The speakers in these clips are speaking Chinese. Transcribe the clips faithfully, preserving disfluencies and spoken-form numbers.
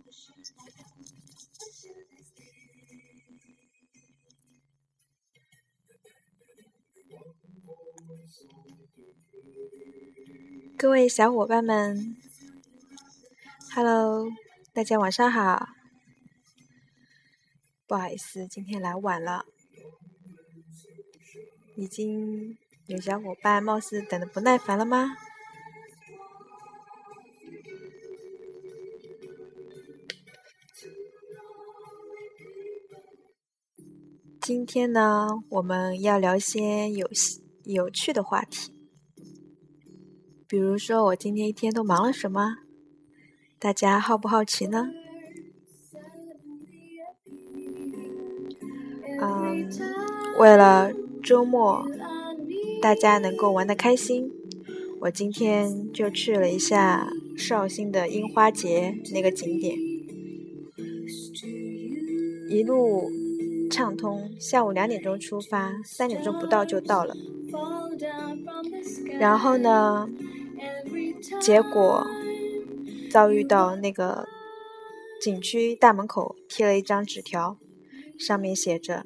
各位小伙伴们 Hello， 大家晚上好。不好意思，今天来晚了，已经有小伙伴貌似等得不耐烦了吗？今天呢，我们要聊些有有趣的话题，比如说我今天一天都忙了什么，大家好不好奇呢？嗯，为了周末大家能够玩得开心，我今天就去了一下绍兴的樱花节那个景点，一路畅通，下午两点钟出发，三点钟不到就到了。然后呢，结果遭遇到那个景区大门口贴了一张纸条，上面写着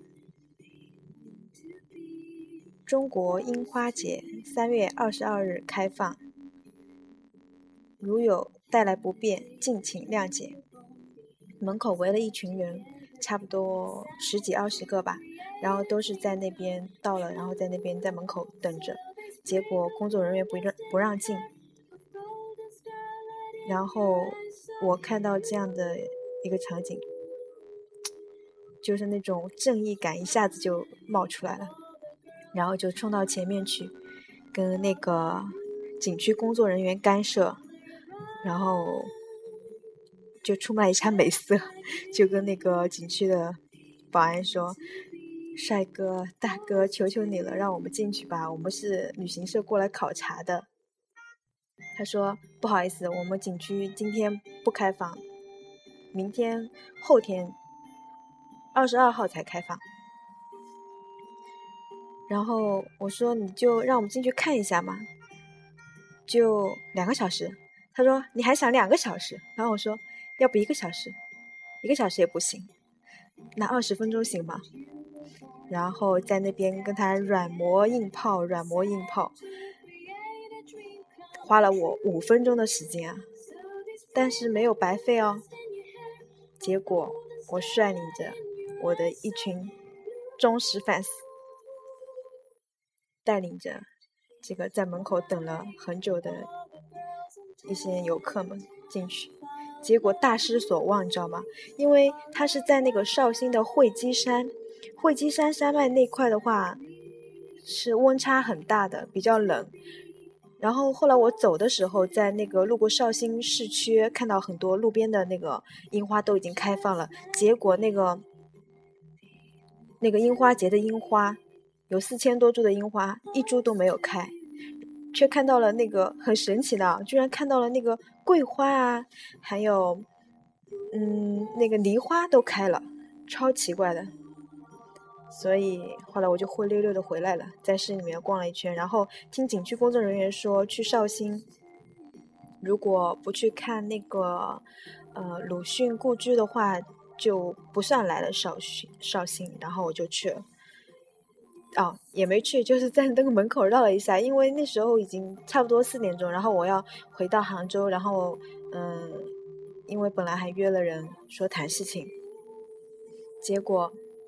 中国樱花节三月二十二日开放，如有带来不便敬请谅解。门口围了一群人，差不多十几二十个吧，然后都是在那边到了，然后在那边在门口等着，结果工作人员不让不让进。然后我看到这样的一个场景，就是那种正义感一下子就冒出来了，然后就冲到前面去跟那个景区工作人员干涉，然后就出卖一下美色，就跟那个景区的保安说，帅哥大哥求求你了，让我们进去吧，我们是旅行社过来考察的。他说不好意思，我们景区今天不开放，明天后天二十二号才开放。然后我说你就让我们进去看一下嘛，就两个小时。他说你还想两个小时？然后我说要不一个小时，一个小时也不行，那二十分钟行吗？然后在那边跟他软磨硬泡软磨硬泡，花了我五分钟的时间啊，但是没有白费哦。结果我率领着我的一群忠实 fans， 带领着这个在门口等了很久的一些游客们进去，结果大失所望，你知道吗？因为它是在那个绍兴的会稽山，会稽山山脉那块的话是温差很大的，比较冷。然后后来我走的时候，在那个路过绍兴市区，看到很多路边的那个樱花都已经开放了，结果那个那个樱花节的樱花有四千多株的樱花，一株都没有开，却看到了那个很神奇的，居然看到了那个桂花啊，还有嗯那个梨花都开了，超奇怪的。所以后来我就灰溜溜的回来了，在市里面逛了一圈，然后听景区工作人员说，去绍兴如果不去看那个呃鲁迅故居的话，就不算来了绍兴绍兴。然后我就去了，哦也没去，就是在那个门口绕了一下，因为那时候已经差不多四点钟，然后我要回到杭州，然后嗯，因为本来还约了人说谈事情，结果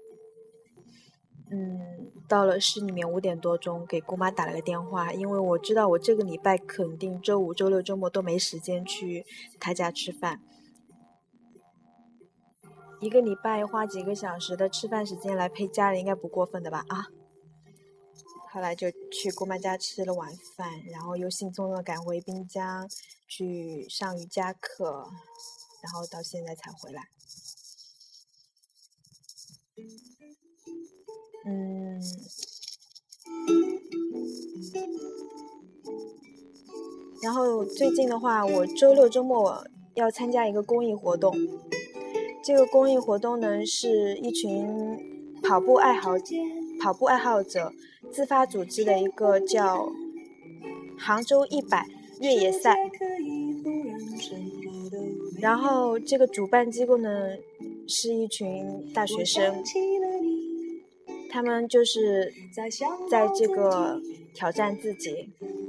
嗯，到了市里面五点多钟，给姑妈打了个电话，因为我知道我这个礼拜肯定周五、周六、周末都没时间去她家吃饭。一个礼拜花几个小时的吃饭时间来陪家人，应该不过分的吧？啊！后来就去姑妈家吃了晚饭，然后又兴冲冲的赶回滨江去上瑜伽课，然后到现在才回来。嗯，然后最近的话，我周六周末要参加一个公益活动。这个公益活动呢，是一群跑步爱好跑步爱好者自发组织的一个叫杭州一百越野赛。 然后这个主办机构呢是一群大学生，他们就是在这个挑战自己，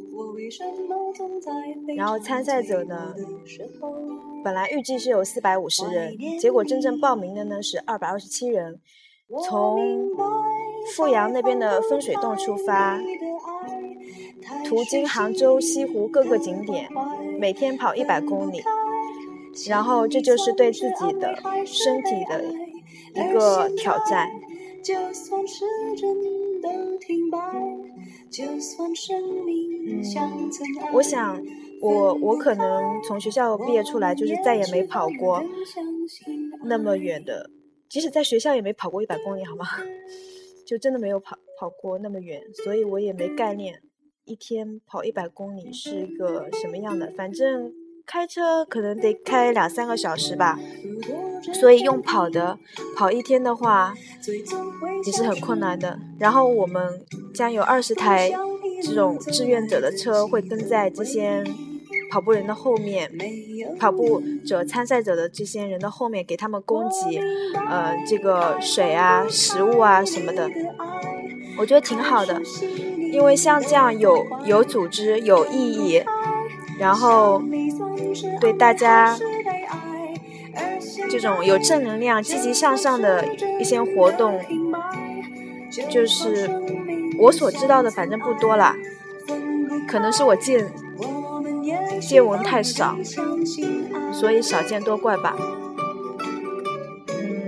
然后参赛者呢本来预计是有四百五十人，结果真正报名的呢是二百二十七人，从富阳那边的分水洞出发，途经杭州西湖各个景点，每天跑一百公里，然后这就是对自己的身体的一个挑战。嗯，我想我我可能从学校毕业出来就是再也没跑过那么远的，即使在学校也没跑过一百公里好吗？就真的没有跑跑过那么远，所以我也没概念一天跑一百公里是一个什么样的，反正开车可能得开两三个小时吧，所以用跑的跑一天的话也是很困难的。然后我们将有二十台这种志愿者的车会跟在这些跑步人的后面，跑步者参赛者的这些人的后面，给他们供给呃这个水啊食物啊什么的，我觉得挺好的，因为像这样有有组织有意义，然后对大家这种有正能量积极向上的一些活动，就是我所知道的反正不多啦，可能是我见见闻太少，所以少见多怪吧。嗯，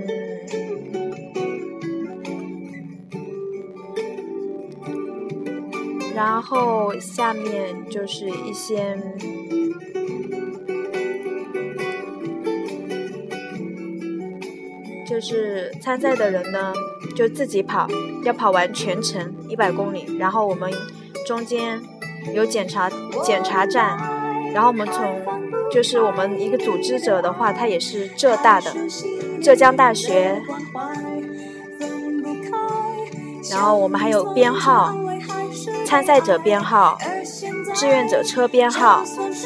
然后下面就是一些就是参赛的人呢就自己跑，要跑完全程一百公里，然后我们中间有检查检查站，然后我们从就是我们一个组织者的话，他也是浙大的浙江大学，然后我们还有编号，参赛者编号，志愿者车编号，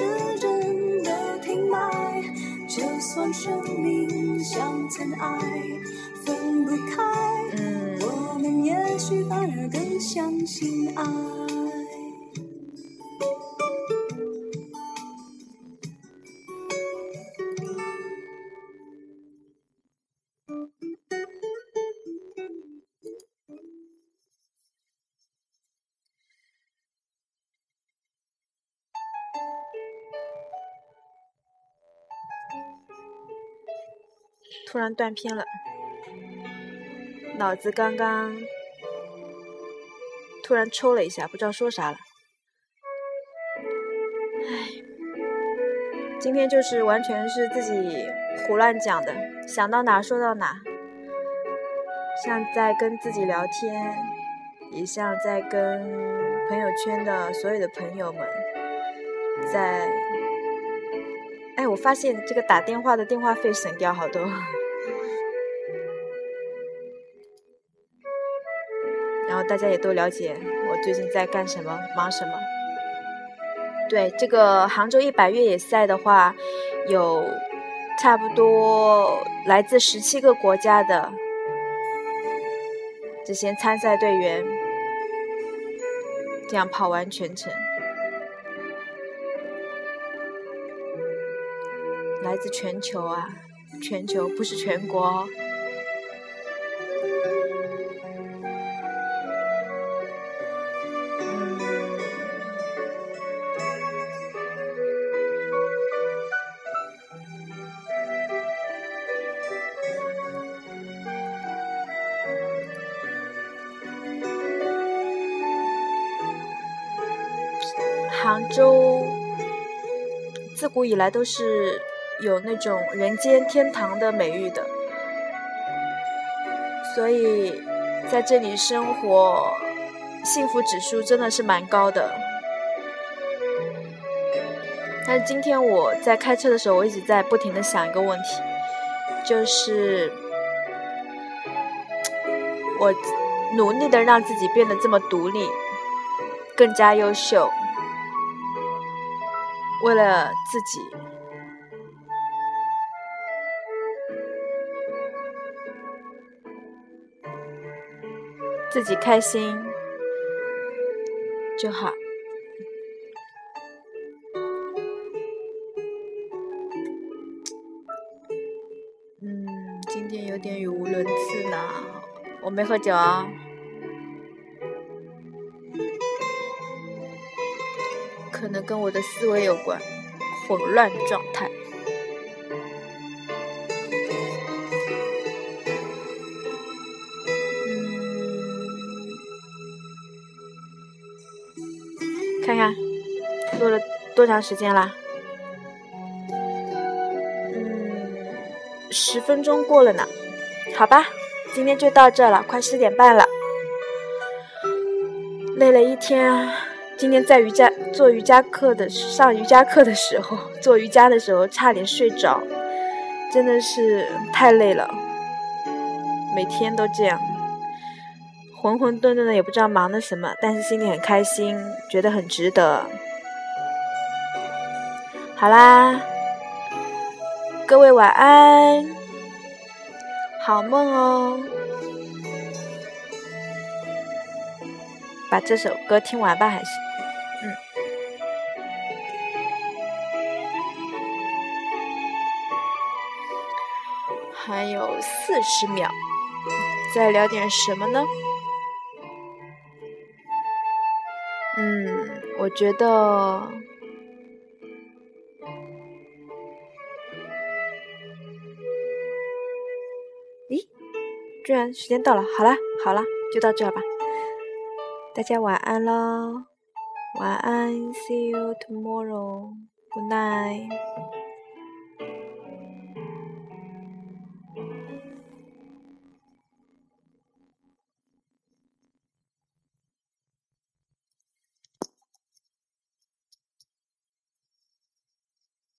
嗯，突然断片了，脑子刚刚突然抽了一下，不知道说啥了。唉，今天就是完全是自己胡乱讲的，想到哪说到哪，像在跟自己聊天，也像在跟朋友圈的所有的朋友们在。哎，我发现这个打电话的电话费省掉好多。然后大家也都了解我最近在干什么，忙什么。对，这个杭州一百越野赛的话，有差不多来自十七个国家的这些参赛队员，这样跑完全程，来自全球啊，全球不是全国哦。杭州自古以来都是有那种人间天堂的美誉的，所以在这里生活幸福指数真的是蛮高的。但是今天我在开车的时候，我一直在不停地想一个问题，就是我努力的让自己变得这么独立，更加优秀，为了自己， 自己开心就好。嗯，今天有点语无伦次呢。我没喝酒啊。可能跟我的思维有关，混乱状态。嗯，看看录了多长时间啦？嗯，十分钟过了呢。好吧，今天就到这了，快十点半了。累了一天啊。今天在瑜伽做瑜伽课的上瑜伽课的时候，做瑜伽的时候差点睡着，真的是太累了。每天都这样，浑浑沌沌的，也不知道忙的什么，但是心里很开心，觉得很值得。好啦，各位晚安，好梦哦。把这首歌听完吧，还是嗯。还有四十秒，再聊点什么呢？嗯，我觉得咦，居然时间到了，好啦好啦，就到这吧。大家晚安咯，晚安 ，See you tomorrow，Good night。